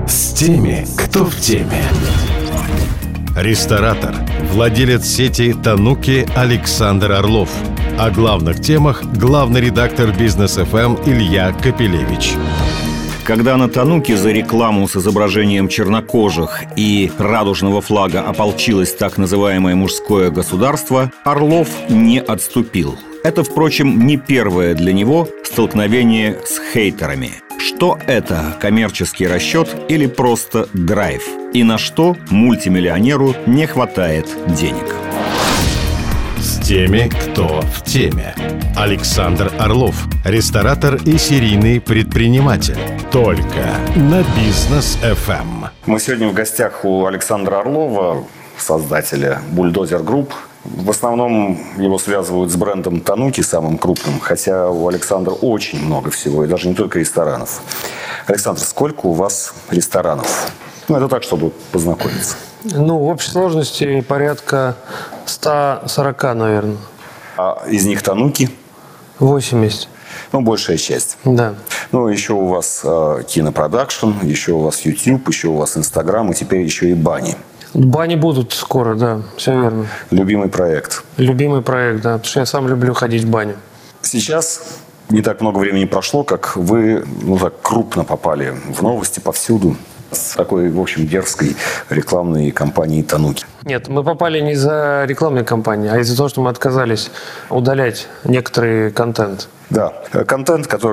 С теми, кто в теме. Ресторатор, владелец сети «Тануки» Александр Орлов. О главных темах главный редактор «Бизнес ФМ» Илья Капелевич. Когда на «Тануки» за рекламу с изображением чернокожих и радужного флага ополчилось так называемое мужское государство, Орлов не отступил. Это, впрочем, не первое для него столкновение с хейтерами. Что это, коммерческий расчет или просто драйв? И на что мультимиллионеру не хватает денег? С теми, кто в теме. Александр Орлов, ресторатор и серийный предприниматель. Только на Бизнес ФМ. Мы сегодня в гостях у Александра Орлова, создателя Bulldozer Group. В основном его связывают с брендом «Тануки», самым крупным, хотя у Александра очень много всего, и даже не только ресторанов. Александр, сколько у вас ресторанов? Это так, чтобы познакомиться. В общей сложности порядка 140, наверное. А из них «Тануки»? 80. Большая часть. Да. Еще у вас кинопродакшн, еще у вас YouTube, еще у вас Instagram, и теперь еще и бани. Бани будут скоро, да, все верно. Любимый проект. Любимый проект, да, потому что я сам люблю ходить в баню. Сейчас не так много времени прошло, как вы так крупно попали в новости повсюду с такой, в общем, дерзкой рекламной кампанией «Тануки». Нет, мы попали не из-за рекламной кампании, а из-за того, что мы отказались удалять некоторый контент. Да, контент, который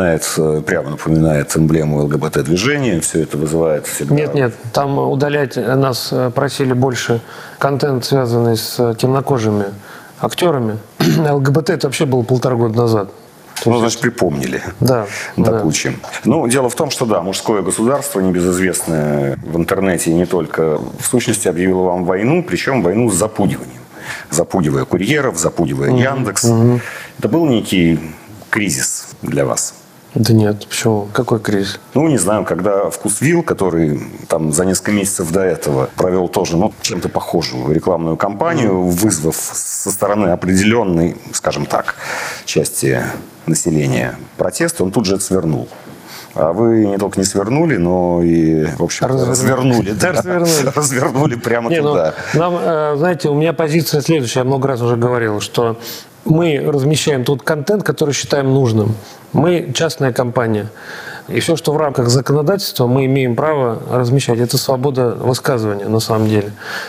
прямо напоминает эмблему ЛГБТ-движения, все это вызывает всегда... Нет, там удалять нас просили больше контент, связанный с темнокожими актерами. ЛГБТ это вообще было 1,5 года назад. Значит, припомнили. Да. До кучи. Дело в том, что да, мужское государство, небезызвестное в интернете и не только, в сущности объявило вам войну, причем войну с запугиванием. Запугивая курьеров, запугивая Яндекс. Это был некий кризис для вас? Да нет, почему? Какой кризис? Не знаю, когда «Вкусвилл», который там за несколько месяцев до этого провел тоже, чем-то похожую рекламную кампанию, вызвав со стороны определенной, скажем так, части населения протест, он тут же это свернул. А вы не только не свернули, но и, в общем, развернули. Развернули прямо туда. Знаете, у меня позиция следующая. Я много раз уже говорил, что мы размещаем тот контент, который считаем нужным. Мы частная компания. И все, что в рамках законодательства, мы имеем право размещать. Это свобода высказывания на самом деле.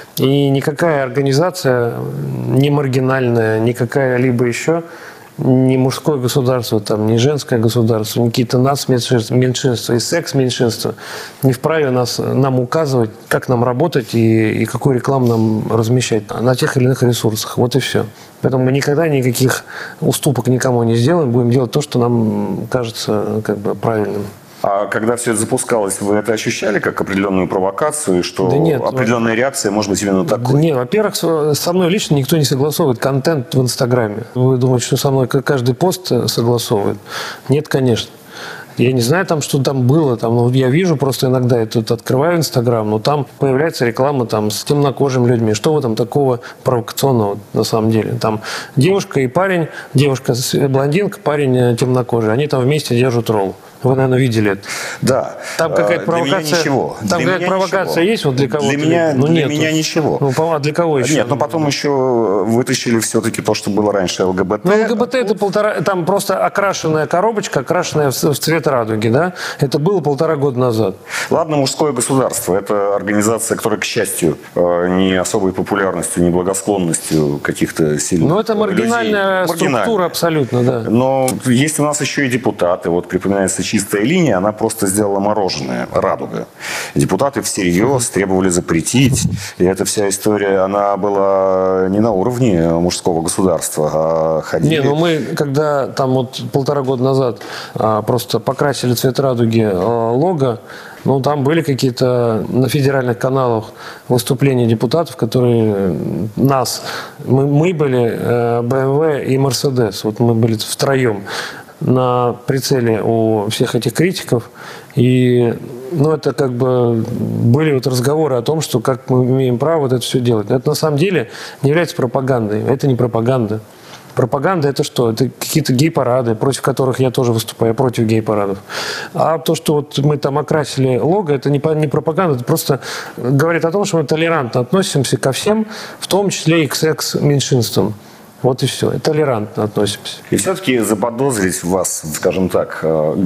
И никакая организация, ни маргинальная, ни какая-либо еще, ни мужское государство, ни женское государство, ни какие-то меньшинства и секс-меньшинства не вправе нам указывать, как нам работать и какую рекламу нам размещать на тех или иных ресурсах. Вот и все. Поэтому мы никогда никаких уступок никому не сделаем, будем делать то, что нам кажется правильным. А когда все это запускалось, вы это ощущали как определенную провокацию, что да нет, определенная реакция может быть именно такой? Нет, во-первых, со мной лично никто не согласовывает контент в Инстаграме. Вы думаете, что со мной каждый пост согласовывает? Нет, конечно. Я не знаю, что там было. Я вижу просто иногда, я тут открываю Инстаграм, но там появляется реклама с темнокожими людьми. Что в этом такого провокационного на самом деле? Там девушка и парень, девушка блондинка, парень темнокожий. Они там вместе держат ролл. Вы, наверное, видели это. Да. Там какая-то провокация. Для меня ничего. Там какая-то провокация есть для кого-то? Для меня ничего. А для кого еще? Нет, потом еще вытащили все-таки то, что было раньше ЛГБТ. ЛГБТ это там просто окрашенная коробочка, окрашенная в цвет радуги, да? Это было 1,5 года назад. Ладно, мужское государство. Это организация, которая, к счастью, не особой популярностью, не благосклонностью каких-то сильных людей. Это маргинальная структура абсолютно, да. Но есть у нас еще и депутаты. Припоминается «Чистая линия», она просто сделала мороженое, «Радуга». Депутаты всерьез требовали запретить. И эта вся история, она была не на уровне мужского государства, а ходили... мы, когда 1,5 года назад просто покрасили цвет «Радуги» лого, там были какие-то на федеральных каналах выступления депутатов, которые мы были BMW и Mercedes, мы были втроем на прицеле у всех этих критиков. И это были разговоры о том, что как мы имеем право это все делать. Это на самом деле не является пропагандой. Это не пропаганда. Пропаганда – это что? Это какие-то гей-парады, против которых я тоже выступаю, против гей-парадов. А то, что вот мы там окрасили лого, это не пропаганда, это просто говорит о том, что мы толерантно относимся ко всем, в том числе и к секс-меньшинствам. Вот и все. Толерантно относимся. И все-таки заподозрить в вас, скажем так,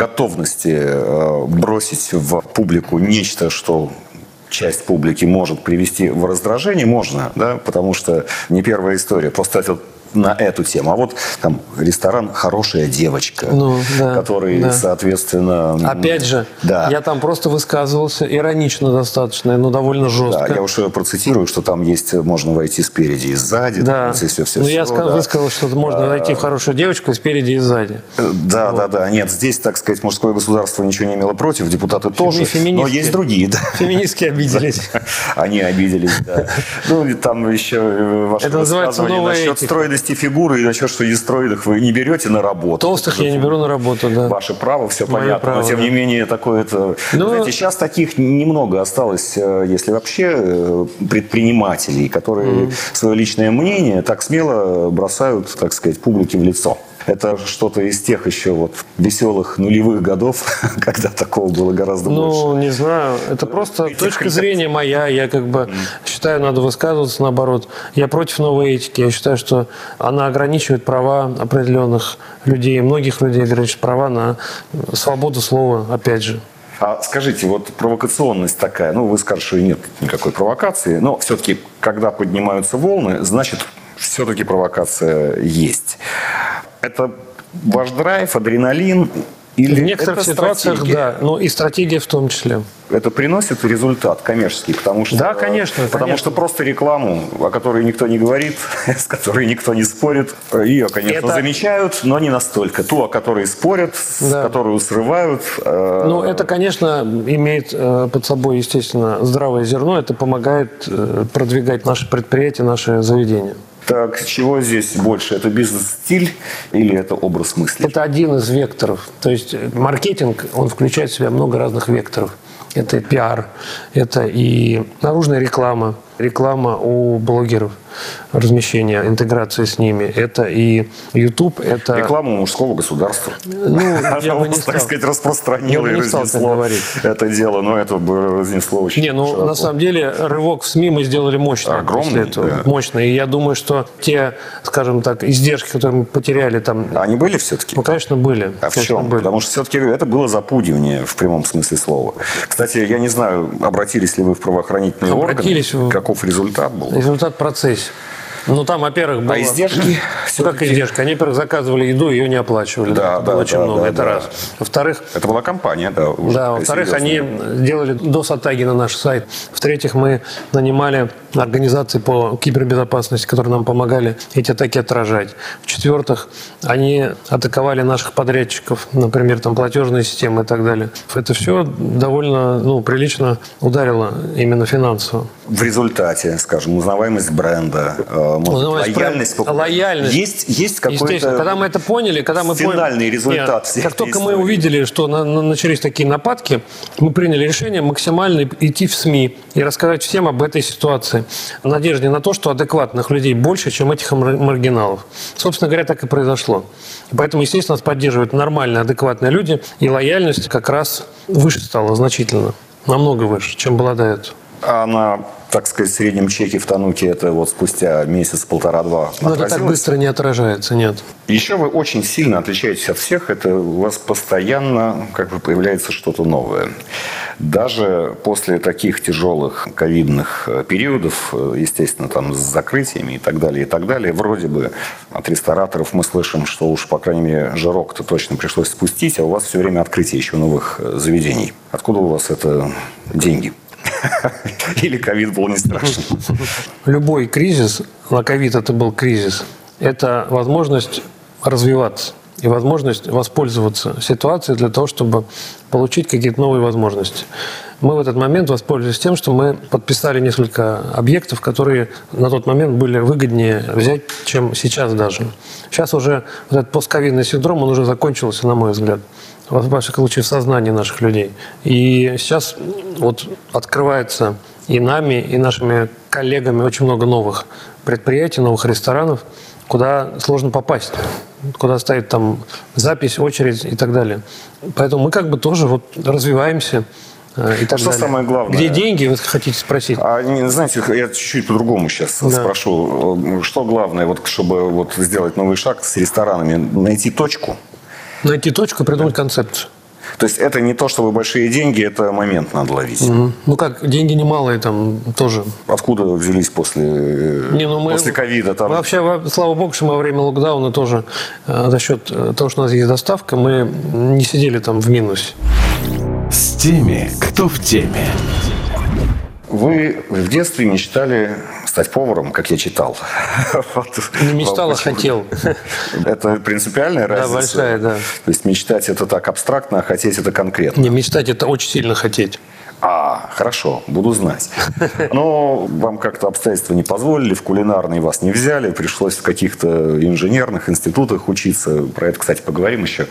готовности бросить в публику нечто, что часть публики может привести в раздражение, можно, да, потому что не первая история. Просто это на эту тему. А вот там ресторан «Хорошая девочка», который, соответственно... Опять же, я там просто высказывался иронично достаточно, но довольно жестко. Да, я уж процитирую, что там есть, можно войти спереди и сзади. Да, я высказал, что можно войти в «Хорошую девочку» и спереди, и сзади. Да. Нет, здесь, так сказать, мужское государство ничего не имело против, депутаты тоже, но есть другие. Феминистки обиделись. Они обиделись, да. Ну, там еще ваше высказывание насчет стройности фигуры и насчет, что естроидах вы не берете на работу. Толстых я не беру на работу, да. Ваше право, все понятно. Право, но, тем не менее, такое-то... Знаете, сейчас таких немного осталось, если вообще, предпринимателей, которые свое личное мнение так смело бросают, так сказать, публике в лицо. Это что-то из тех еще вот веселых нулевых годов, когда такого было гораздо больше. Ну, не знаю. Это просто точка зрения моя. Я как бы считаю, надо высказываться наоборот. Я против новой этики. Я считаю, что она ограничивает права определенных людей, многих людей ограничивает права на свободу слова, опять же. А скажите, вот провокационность такая, ну, вы скажете, что нет никакой провокации, но все-таки, когда поднимаются волны, значит, все-таки провокация есть. Это ваш драйв, адреналин? Или в некоторых ситуациях, да, но и стратегия в том числе. Это приносит результат коммерческий, потому что... Да, конечно. Потому что просто рекламу, о которой никто не говорит, с которой никто не спорит, ее, конечно, замечают, но не настолько. Ту, о которой спорят, с которую срывают. Ну, это, конечно, имеет под собой, естественно, здравое зерно. Это помогает продвигать наши предприятия, наши заведения. Так, чего здесь больше? Это бизнес-стиль или это образ мысли? Это один из векторов. То есть маркетинг, он включает в себя много разных векторов. Это и пиар, это и наружная реклама, реклама у блогеров, размещение, интеграция с ними. Это и YouTube, это... Реклама мужского государства. Ну, я бы не стал. Так сказать, распространило и разнесло это дело. Но это бы разнесло очень широко. На самом деле, рывок в СМИ мы сделали мощный. Огромный, да. Мощный. И я думаю, что те, скажем так, издержки, которые мы потеряли там... Они были все-таки? Ну, конечно, были. А в чем? Потому что все-таки это было запугивание в прямом смысле слова. Кстати, я не знаю, обратились ли вы в правоохранительные органы? Каков результат был? Результат в процессе. Ну, там, во-первых, было... А издержки? Ну, как издержки? Они, во-первых, заказывали еду, ее не оплачивали. Да, было очень много, это раз. Во-вторых... Это была компания, да. Да, во-вторых, они делали DOS-атаки на наш сайт. В-третьих, мы нанимали организации по кибербезопасности, которые нам помогали эти атаки отражать. В-четвертых, они атаковали наших подрядчиков, например, там, платежные системы и так далее. Это все довольно прилично ударило именно финансово. В результате, скажем, узнаваемость бренда, лояльность. Есть какой-то когда мы это поняли, финальный результат всех как только мы увидели, что начались такие нападки, мы приняли решение максимально идти в СМИ и рассказать всем об этой ситуации. В надежде на то, что адекватных людей больше, чем этих маргиналов. Собственно говоря, так и произошло. И поэтому, естественно, нас поддерживают нормальные, адекватные люди, и лояльность как раз выше стала значительно. Намного выше, чем была до этого. А на, так сказать, среднем чеке в Тануке это вот спустя месяц, полтора-два отразилось? Но это так быстро не отражается, нет. Еще вы очень сильно отличаетесь от всех. Это у вас постоянно как бы появляется что-то новое. Даже после таких тяжелых ковидных периодов, естественно, там с закрытиями и так далее, вроде бы от рестораторов мы слышим, что уж, по крайней мере, жирок-то точно пришлось спустить, а у вас все время открытие еще новых заведений. Откуда у вас это деньги? Или ковид был не страшен? Любой кризис, а ковид это был кризис, это возможность развиваться и возможность воспользоваться ситуацией для того, чтобы получить какие-то новые возможности. Мы в этот момент воспользовались тем, что мы подписали несколько объектов, которые на тот момент были выгоднее взять, чем сейчас даже. Сейчас уже вот этот постковидный синдром, он уже закончился, на мой взгляд. Во всяком случае, в сознании наших людей. И сейчас вот открывается и нами, и нашими коллегами очень много новых предприятий, новых ресторанов. куда сложно попасть, куда стоит там запись, очередь и так далее. Поэтому мы как бы тоже вот развиваемся. И так что далее. самое главное? Где деньги, вы хотите спросить? Знаете, я чуть-чуть по-другому сейчас спрошу. Что главное, вот, чтобы вот сделать новый шаг с ресторанами? Найти точку? Найти точку и придумать концепцию. То есть это не то, чтобы большие деньги, это момент надо ловить. Ну как, деньги немалые там тоже. Откуда взялись после ковида? Мы вообще, слава богу, что мы во время локдауна тоже за счет того, что у нас есть доставка, мы не сидели там в минусе. С теми, кто в теме. Вы в детстве мечтали стать поваром, как я читал. Не мечтал, а хотел. Это принципиальная разница? Да, большая, да. То есть мечтать это так абстрактно, а хотеть это конкретно? Не, мечтать это очень сильно хотеть. Хорошо, буду знать. Но вам как-то обстоятельства не позволили, в кулинарный вас не взяли, пришлось в каких-то инженерных институтах учиться. Про это, кстати, поговорим еще.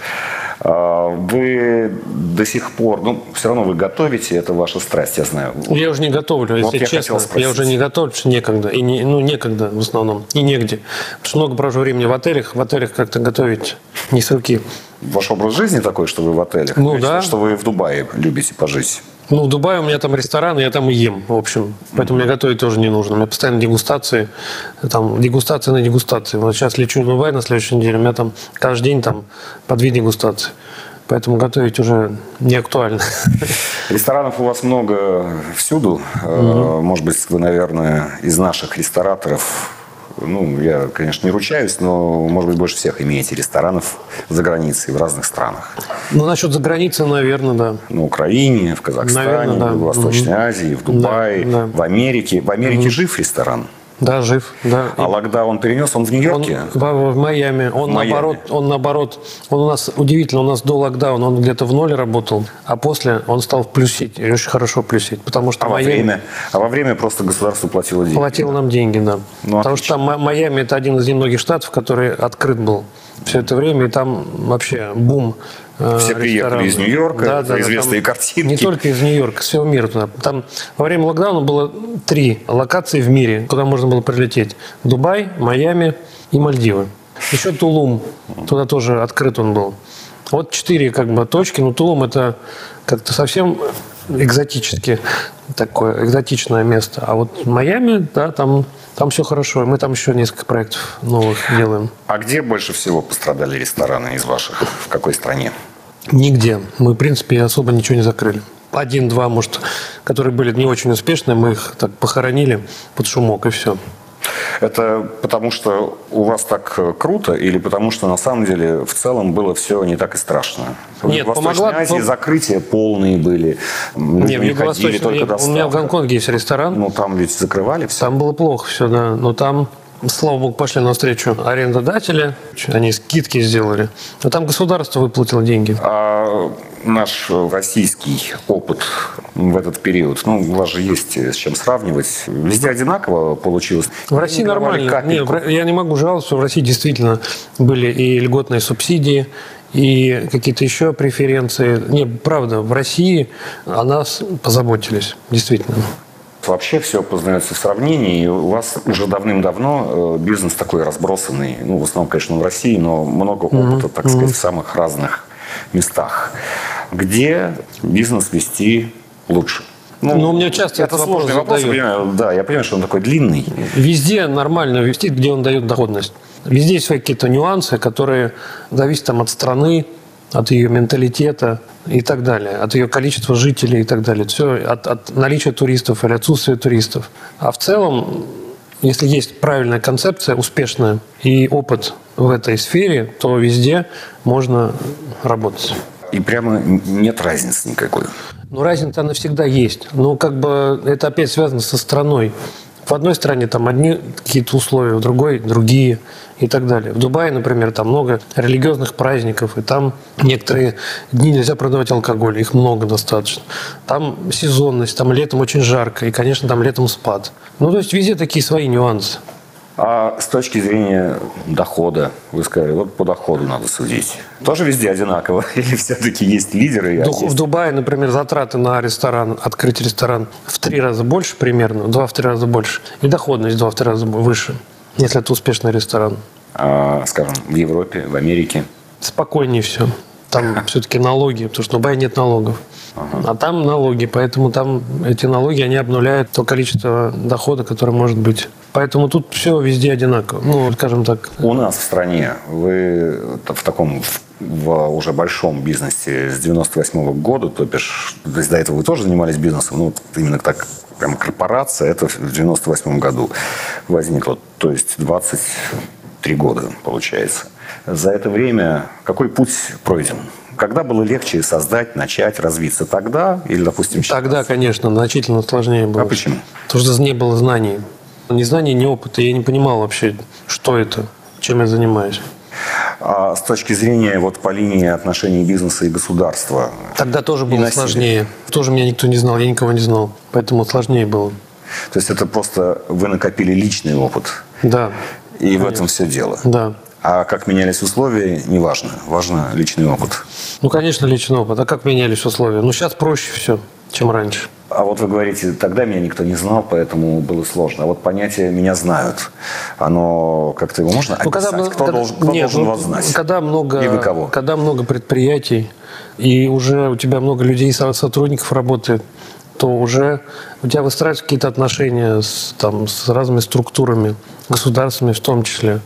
Вы до сих пор, все равно вы готовите, это ваша страсть, я знаю. Я уже не готовлю, если честно. Я уже не готовлю, потому что некогда. Некогда в основном, и негде. Потому что много провожу времени в отелях как-то готовить не с руки. Ваш образ жизни такой, что вы в отелях? Да. Что вы в Дубае любите пожить? В Дубае у меня там ресторан, и я там и ем, в общем. Поэтому мне готовить тоже не нужно. У меня постоянно дегустации. Там дегустация на дегустации. Вот сейчас лечу в Дубай на следующей неделе. У меня там каждый день там по 2 дегустации. Поэтому готовить уже не актуально. Ресторанов у вас много всюду. Может быть, вы, наверное, из наших рестораторов... я, конечно, не ручаюсь, но, может быть, больше всех имеете ресторанов за границей, в разных странах. Насчет за границей, наверное, да. На Украине, в Казахстане, наверное, да. в Восточной Азии, в Дубае, в Америке. В Америке жив ресторан? Да, жив, да. А локдаун перенес, он в Нью-Йорке? В Майами. Он наоборот, он у нас удивительно, у нас до локдауна он где-то в ноль работал, а после он стал плюсить, и очень хорошо плюсить, потому что во время просто государство платило деньги? Платило нам деньги, да. Потому что там Майами – это один из немногих штатов, который открыт был все это время, и там вообще бум. Все приехали из Нью-Йорка, известные картинки. Не только из Нью-Йорка, с всего мира туда. Там во время локдауна было 3 локации в мире, куда можно было прилететь. Дубай, Майами и Мальдивы. Еще Тулум, туда тоже открыт он был. Вот 4 точки, но Тулум это как-то совсем экзотическое место. А вот Майами, да, там все хорошо. Мы там еще несколько проектов новых делаем. А где больше всего пострадали рестораны из ваших? В какой стране? Нигде. Мы, в принципе, особо ничего не закрыли. 1-2, может, которые были не очень успешные, мы их так похоронили под шумок, и все. Это потому, что у вас так круто, или потому, что на самом деле в целом было все не так и страшно? Нет, в Восточной Азии закрытия полные были. Нет, в Юго-Восточной. У меня в Гонконге есть ресторан. Там ведь закрывали все. Там было плохо все, да. Но там, слава богу, пошли навстречу арендодатели. Они скидки сделали. Но там государство выплатило деньги. А наш российский опыт в этот период, у вас же есть с чем сравнивать. Везде одинаково получилось? В России нормально. Нет, я не могу жаловаться. В России действительно были и льготные субсидии, и какие-то еще преференции. Нет, правда, в России о нас позаботились. Действительно. Вообще все познается в сравнении. У вас уже давным-давно бизнес такой разбросанный. В основном, конечно, в России, но много опыта, так сказать, в самых разных местах. Где бизнес вести лучше? У меня часто это сложный вопрос. Я понимаю, что он такой длинный. Везде нормально вести, где он дает доходность. Везде есть свои какие-то нюансы, которые зависят от страны, от ее менталитета и так далее, от ее количества жителей и так далее. Все от наличия туристов или отсутствия туристов. А в целом, если есть правильная концепция, успешная, и опыт в этой сфере, то везде можно работать. И прямо нет разницы никакой? Разница она всегда есть. Но это опять связано со страной. В одной стране там одни какие-то условия, в другой другие и так далее. В Дубае, например, там много религиозных праздников, и там некоторые дни нельзя продавать алкоголь, их много достаточно. Там сезонность, там летом очень жарко, и, конечно, там летом спад. То есть везде такие свои нюансы. А с точки зрения дохода, вы сказали, по доходу надо судить. Тоже везде одинаково? Или все-таки есть лидеры? В Дубае, например, затраты на ресторан, открыть ресторан в 3 раза больше примерно, 2-3 раза больше. И доходность в 2-3 раза выше, если это успешный ресторан. скажем, в Европе, в Америке? Спокойнее все. Там все-таки налоги, потому что в Дубае нет налогов. А там налоги, поэтому там эти налоги, они обнуляют то количество дохода, которое может быть. Поэтому тут все везде одинаково. Ну, скажем так. У нас в стране вы в таком в уже большом бизнесе с 98-го года, то бишь до этого вы тоже занимались бизнесом, ну, именно так, прям корпорация, это в 98-м году возникла. То есть 23 года, получается. За это время какой путь пройден? Когда было легче создать, начать, развиться? Тогда или, допустим, сейчас? Тогда, конечно, значительно сложнее было. А почему? Потому что не было знаний. Ни знаний, ни опыта. Я не понимал вообще, что это, чем я занимаюсь. А с точки зрения вот по линии отношений бизнеса и государства? Тогда тоже было сложнее. Тоже меня никто не знал, я никого не знал. Поэтому сложнее было. То есть это просто вы накопили личный опыт? Да. И конечно. В этом все дело? Да. А как менялись условия, не важно. Важно личный опыт. Ну, конечно, личный опыт. А как менялись условия? Ну, сейчас проще все, чем раньше. А вот вы говорите, тогда меня никто не знал, поэтому было сложно. А вот понятие «меня знают», оно как-то его можно описать? Кто должен вас знать? Когда много, и вы кого? Когда много предприятий, и уже у тебя много людей, сотрудников работает, то уже у тебя выстраиваются какие-то отношения с разными структурами, государственными в том числе.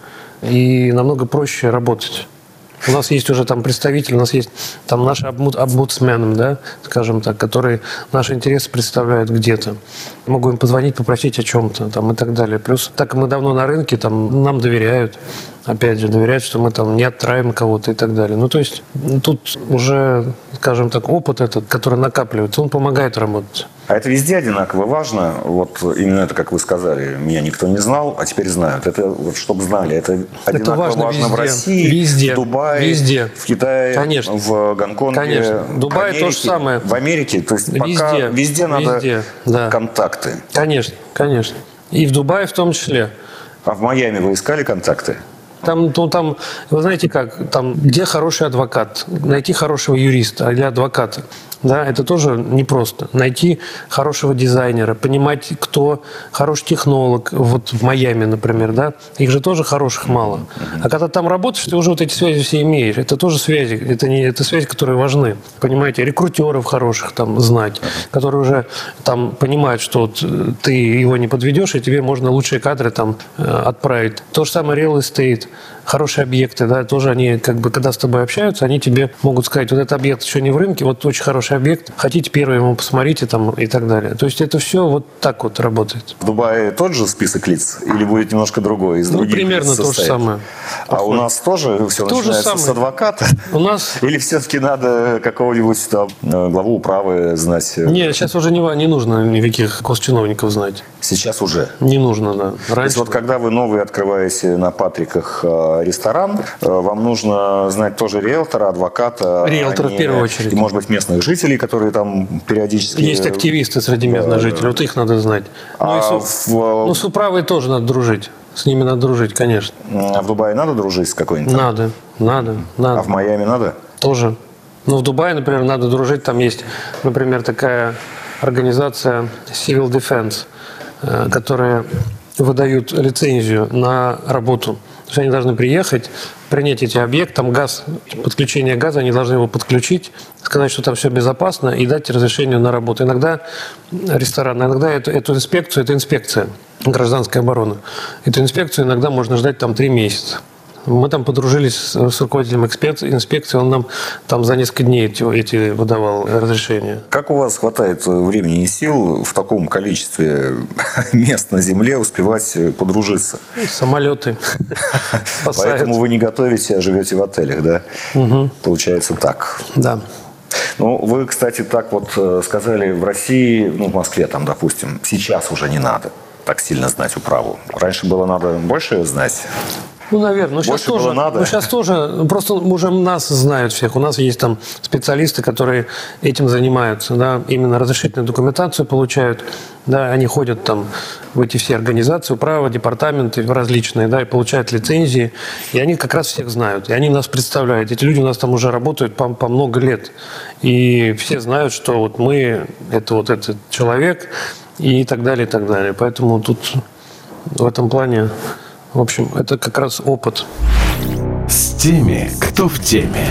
И намного проще работать. У нас есть уже там представители, у нас есть там наши омбудсмены, да, скажем так, которые наши интересы представляют где-то. Могу им позвонить, попросить о чем-то там, и так далее. Плюс, так как мы давно на рынке, там, нам доверяют. Опять же, доверяют, что мы там не оттравим кого-то и так далее. Ну, то есть, тут уже, скажем так, опыт этот, который накапливается, он помогает работать. А это везде одинаково важно? Вот именно это, как вы сказали, меня никто не знал, а теперь знают. Это, вот, чтобы знали, это одинаково важно в России, везде, в Дубае, везде. в Китае, конечно. В Гонконге, конечно. Дубай Америке, то же самое. В Америке. То есть везде надо контакты. Конечно, конечно. И в Дубае в том числе. А в Майами вы искали контакты? Там, вы знаете как, там, где хороший адвокат, найти хорошего юриста или адвоката, да, это тоже непросто. Найти хорошего дизайнера, понимать, кто хороший технолог, вот в Майами, например, да, их же тоже хороших мало. А когда там работаешь, ты уже вот эти связи все имеешь. Это тоже связи, это связи, которые важны. Понимаете, рекрутеров хороших там знать, которые уже там понимают, что вот ты его не подведешь, и тебе можно лучшие кадры там отправить. То же самое real estate. Хорошие объекты, да, тоже они, как бы, когда с тобой общаются, они тебе могут сказать, вот этот объект еще не в рынке, вот очень хороший объект, хотите первый ему посмотрите там и так далее. То есть это все вот так вот работает. В Дубае тот же список лиц или будет немножко другой, из других примерно то же самое. А у нас тоже все начинается с адвоката? У нас... Или все-таки надо какого-нибудь там главу управы знать? Нет, сейчас уже не нужно никаких госчиновников знать. Сейчас уже? Не нужно, да. Раньше... То есть вот когда вы новый открываете на Патриках ресторан, вам нужно знать тоже риэлтора, адвоката. Риэлтора в первую очередь. И, может быть, местных жителей, которые там периодически... Есть активисты среди местных жителей, вот их надо знать. С управой тоже надо дружить. С ними надо дружить, конечно. А в Дубае надо дружить с какой-нибудь? Надо. А в Майами надо? Тоже. Ну, в Дубае, например, надо дружить. Там есть, например, такая организация Civil Defense, которая выдают лицензию на работу. То есть они должны приехать, принять эти объекты, там газ, подключение газа, они должны его подключить, сказать, что там все безопасно, и дать разрешение на работу. Иногда ресторан, иногда эту инспекцию, это инспекция, гражданская оборона. Эту инспекцию иногда можно ждать там 3 месяца. Мы там подружились с руководителем инспекции, он нам там за несколько дней эти выдавал разрешения. Как у вас хватает времени и сил в таком количестве мест на земле успевать подружиться? Самолеты спасают. Поэтому вы не готовите, а живете в отелях, да? Угу. Получается так. Да. Ну, вы, кстати, так вот сказали, в России, ну, в Москве там, допустим, сейчас уже не надо так сильно знать управу. Раньше было надо больше знать? Ну, наверное. Но сейчас тоже, просто уже нас знают всех. У нас есть там специалисты, которые этим занимаются, да, именно разрешительную документацию получают, да, они ходят там в эти все организации, управа, департаменты различные, да, и получают лицензии, и они как раз всех знают, и они нас представляют. Эти люди у нас там уже работают по много лет, и все знают, что вот мы, это вот этот человек, и так далее, и так далее. Поэтому тут в этом плане В общем, это как раз опыт. С теми, кто в теме.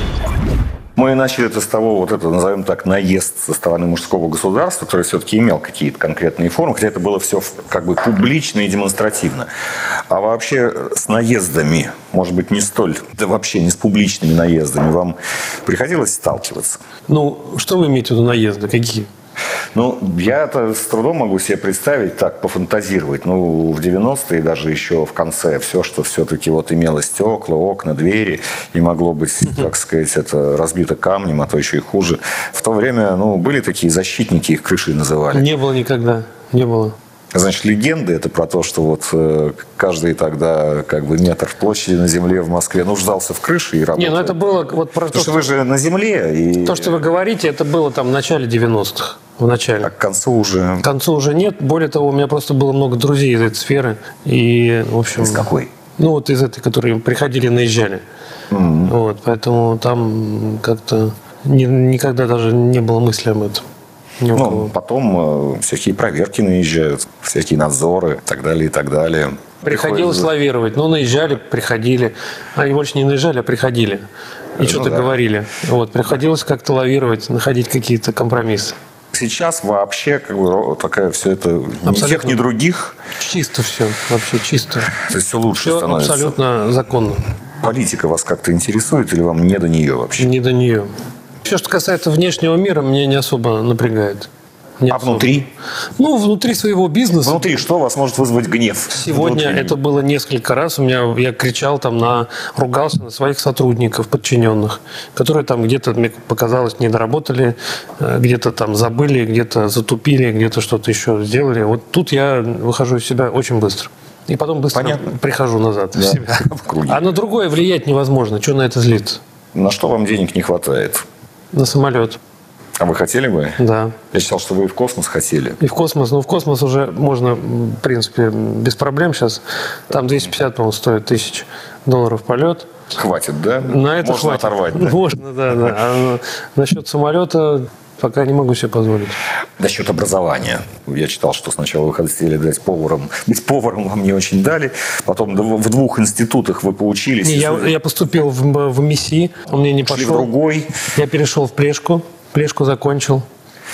Мы начали это с того, вот это, назовем так, наезд со стороны мужского государства, который все-таки имел какие-то конкретные формы, хотя это было все как бы публично и демонстративно. А вообще с наездами, может быть, не столь, да вообще не с публичными наездами, вам приходилось сталкиваться? Ну, что вы имеете в виду наезды? Какие? Ну, я это с трудом могу себе представить, так пофантазировать. Ну, в 90-е, даже еще в конце, все, что все-таки вот имело стекла, окна, двери, и могло быть, так сказать, это разбито камнем, а то еще и хуже. В то время, ну, были такие защитники, их крышей называли. Не было никогда, не было. Значит, легенды это про то, что вот каждый тогда как бы метр площади на земле в Москве нуждался в крыше и работал. Не, ну это было вот про то, Потому что вы же на земле. И... То, что вы говорите, это было там в начале 90-х. В начале. А к концу уже... К концу уже нет. Более того, у меня просто было много друзей из этой сферы. И, в общем... Из какой? Ну, вот из этой, которые приходили, наезжали. Вот, поэтому там как-то никогда даже не было мысли об этом. Ну, потом всякие проверки наезжают, всякие надзоры и так далее, и так далее. Приходилось лавировать. Ну, наезжали, приходили. Они больше не наезжали, а приходили. И что-то говорили. Вот, приходилось как-то лавировать, находить какие-то компромиссы. Сейчас вообще как бы такая все это ни тех, ни других. Чисто все, вообще чисто. То есть все лучше все становится. Абсолютно законно. Политика вас как-то интересует или вам не до нее вообще? Не до нее. Все, что касается внешнего мира, меня не особо напрягает. А внутри? Ну, внутри своего бизнеса. Внутри что вас может вызвать гнев? Сегодня это было несколько раз. Я кричал там, ругался на своих сотрудников, подчиненных, которые там где-то, мне показалось, не доработали, где-то там забыли, где-то затупили, где-то что-то еще сделали. Вот тут я выхожу из себя очень быстро. И потом быстро прихожу назад в себя. А на другое влиять невозможно. Что на это злиться? На что вам денег не хватает? На самолет. А вы хотели бы? Да. Я считал, что вы и в космос хотели. И в космос. Ну, в космос уже можно, в принципе, без проблем сейчас. Там 250, по-моему, стоит $1000 полет. Хватит, да? На это можно хватит. Оторвать, да? Можно, да. А насчет самолета пока не могу себе позволить. Насчет образования. Я читал, что сначала вы хотели быть поваром. Быть поваром вам не очень дали. Потом в 2 институтах вы поучились. Я поступил в МИСИ. Он мне не пошел. пошел. В другой. Я перешел в Плешку. Плешку закончил.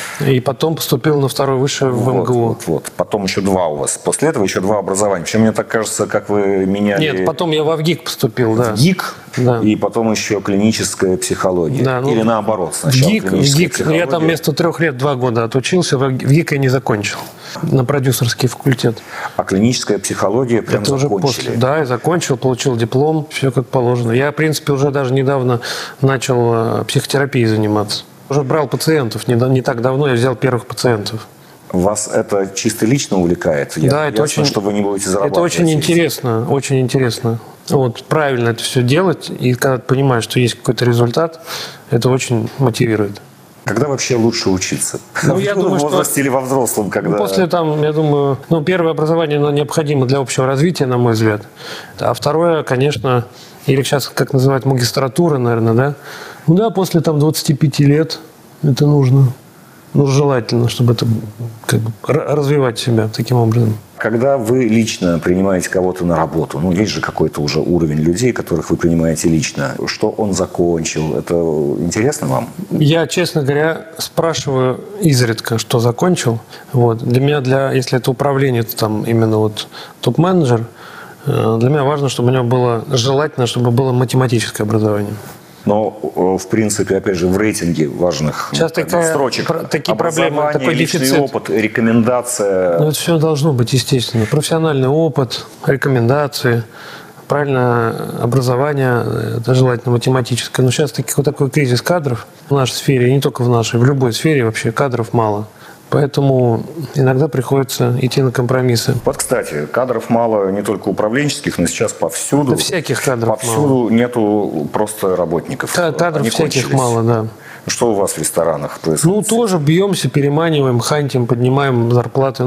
И потом поступил на второе высшее в МГУ. Вот. Потом еще 2 у вас. После этого еще 2 образования. Причем мне так кажется, как вы меняли... Нет, потом я во ВГИК поступил, да. В ГИК? Да. И потом еще клиническая психология. Да, ну, или наоборот. Сначала ГИК. Я там вместо 3 лет 2 года отучился. В ГИК я не закончил. На продюсерский факультет. А клиническая психология прям это закончили? Уже после. Да, я закончил, получил диплом. Все как положено. Я, в принципе, уже даже недавно начал психотерапией заниматься. Уже брал пациентов. Не так давно я взял первых пациентов. Вас это чисто лично увлекает? Да, это ясно, очень, что вы не будете зарабатывать. Это очень интересно, очень интересно. Вот, правильно это все делать, и когда ты понимаешь, что есть какой-то результат, это очень мотивирует. Когда вообще лучше учиться? Ну, я думаю, в возрасте или во взрослом? Когда... После, я думаю, первое образование оно необходимо для общего развития, на мой взгляд. А второе, конечно, или сейчас, как называют, магистратура, наверное, да? Ну да, после 25 лет это нужно. Ну, желательно, чтобы это развивать себя таким образом. Когда вы лично принимаете кого-то на работу, есть же какой-то уже уровень людей, которых вы принимаете лично. Что он закончил? Это интересно вам? Я, честно говоря, спрашиваю изредка, что закончил. Вот. Для меня, если это управление, то именно топ-менеджер, для меня важно, чтобы у него было, желательно, чтобы было математическое образование. Но, в принципе, опять же, в рейтинге важных строчек такие проблемы, такой личный дефицит. Опыт, рекомендация. Это все должно быть, естественно. Профессиональный опыт, рекомендации, правильное образование, это желательно математическое. Но сейчас такой кризис кадров в нашей сфере, и не только в нашей, в любой сфере вообще кадров мало. Поэтому иногда приходится идти на компромиссы. Вот, кстати, кадров мало не только управленческих, но сейчас повсюду. Да всяких кадров повсюду мало. Нету просто работников. Кадров всяких кончились. Мало, да. Что у вас в ресторанах происходит? Тоже бьемся, переманиваем, хантим, поднимаем зарплаты.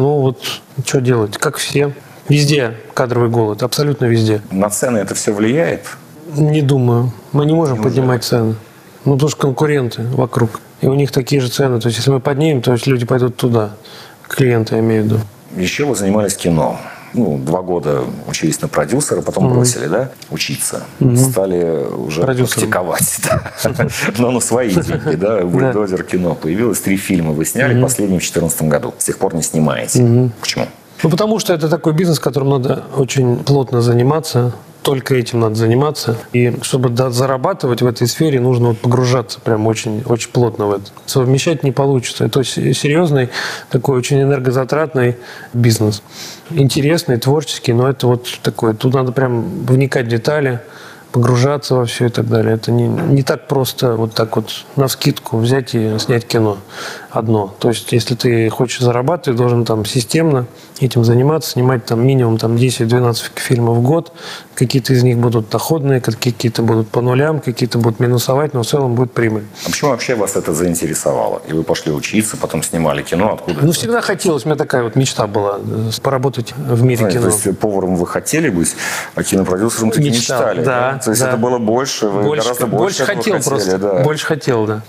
Что делать? Как все. Везде кадровый голод, абсолютно везде. На цены это все влияет? Не думаю. Мы не можем поднимать цены. Потому что конкуренты вокруг. И у них такие же цены. То есть, если мы поднимем, то есть люди пойдут туда. Клиенты, я имею в виду. Еще вы занимались кино. 2 года учились на продюсера, потом бросили, да, учиться. Стали уже практиковать, да. Но на свои деньги, да. «Бульдозер» кино появилось, 3 фильма вы сняли, последний в 2014 году. С тех пор не снимаете. Почему? Потому что это такой бизнес, которым надо очень плотно заниматься. Только этим надо заниматься. И чтобы зарабатывать в этой сфере, нужно погружаться прям очень, очень плотно в это. Совмещать не получится. Это серьезный, такой очень энергозатратный бизнес. Интересный, творческий, но это такое. Тут надо прям вникать в детали, погружаться во все и так далее. Это не так просто навскидку взять и снять кино одно. То есть, если ты хочешь зарабатывать, должен там системно этим заниматься, снимать там минимум 10-12 фильмов в год. Какие-то из них будут доходные, какие-то будут по нулям, какие-то будут минусовать, но в целом будет прибыль. А почему вообще вас это заинтересовало? И вы пошли учиться, потом снимали кино? Откуда? Всегда хотелось, у меня такая мечта была, поработать в мире кино. То есть поваром вы хотели быть, а кинопродюсером таки мечтали? Да. То есть это было больше, вы гораздо больше хотел хотели, просто. Да. Больше хотел, да.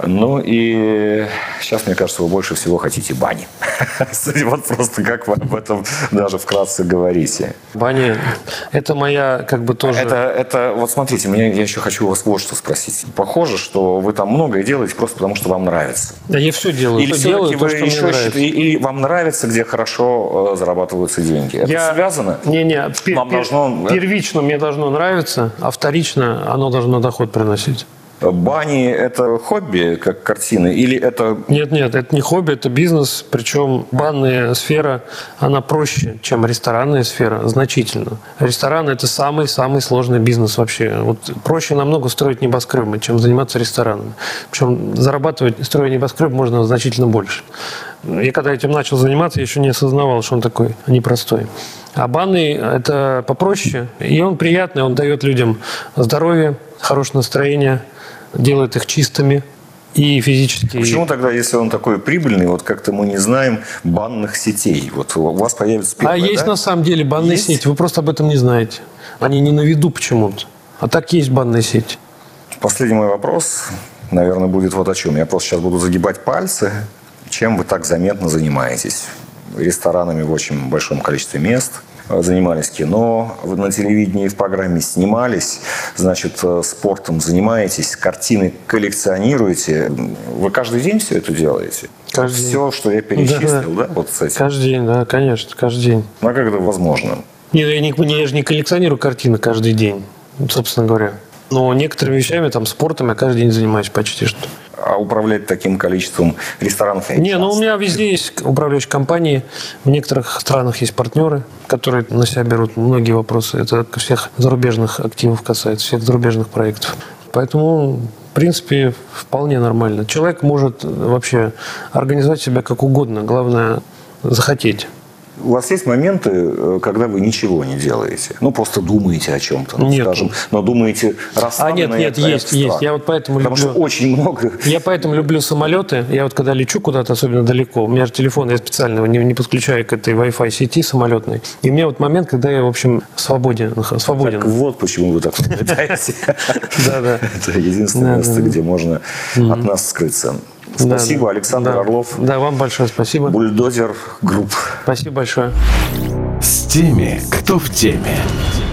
И сейчас, мне кажется, вы больше всего хотите бани. Просто как вы об этом даже вкратце говорите. Бани – это моя тоже… Это смотрите, я еще хочу у вас вот что спросить. Похоже, что вы там многое делаете просто потому, что вам нравится. Да, я все делаю. Или делаю то, что мне нравится. Или вам нравится, где хорошо зарабатываются деньги? Это связано? Первично мне должно нравиться, а вторично оно должно доход приносить. Бани – это хобби, как картины, или это… Нет, это не хобби, это бизнес. Причем банная сфера, она проще, чем ресторанная сфера, значительно. Ресторан – это самый-самый сложный бизнес вообще. Проще намного строить небоскребы, чем заниматься ресторанами. Причем зарабатывать, строя небоскреб, можно значительно больше. Я когда этим начал заниматься, я еще не осознавал, что он такой непростой. А банный – это попроще, и он приятный, он дает людям здоровье, хорошее настроение, делает их чистыми и физически. Почему тогда, если он такой прибыльный, как-то мы не знаем банных сетей? У вас появится первая, есть на самом деле банные сети, вы просто об этом не знаете. Они не на виду почему-то. А так есть банные сети. Последний мой вопрос, наверное, будет вот о чем. Я просто сейчас буду загибать пальцы. Чем вы так заметно занимаетесь? Ресторанами в очень большом количестве мест. Занимались кино, вы на телевидении в программе снимались, значит, спортом занимаетесь, картины коллекционируете. Вы каждый день все это делаете? Каждый все, день. что я перечислил, да? С этим? Каждый день, да, конечно, каждый день. А как это возможно? Нет, я же не коллекционирую картины каждый день, собственно говоря. Но некоторыми вещами, спортом я каждый день занимаюсь почти что. А управлять таким количеством ресторанов? У меня везде есть управляющие компании. В некоторых странах есть партнеры, которые на себя берут многие вопросы. Это всех зарубежных активов касается, всех зарубежных проектов. Поэтому, в принципе, вполне нормально. Человек может вообще организовать себя как угодно. Главное – захотеть. У вас есть моменты, когда вы ничего не делаете? Просто думаете о чем-то, скажем. Но думаете расслабленно. Нет, есть. Я поэтому Потому люблю... что очень много... Я поэтому люблю самолеты. Я когда лечу куда-то, особенно далеко, у меня же телефон, я специально его не подключаю к этой Wi-Fi сети самолетной. И у меня момент, когда я, в общем, свободен. Так вот почему вы так летаете. Да. Это единственное место, где можно от нас скрыться. Спасибо, Александр Орлов. Да, вам большое спасибо. «Бульдозер Групп». Спасибо большое. С теми, кто в теме.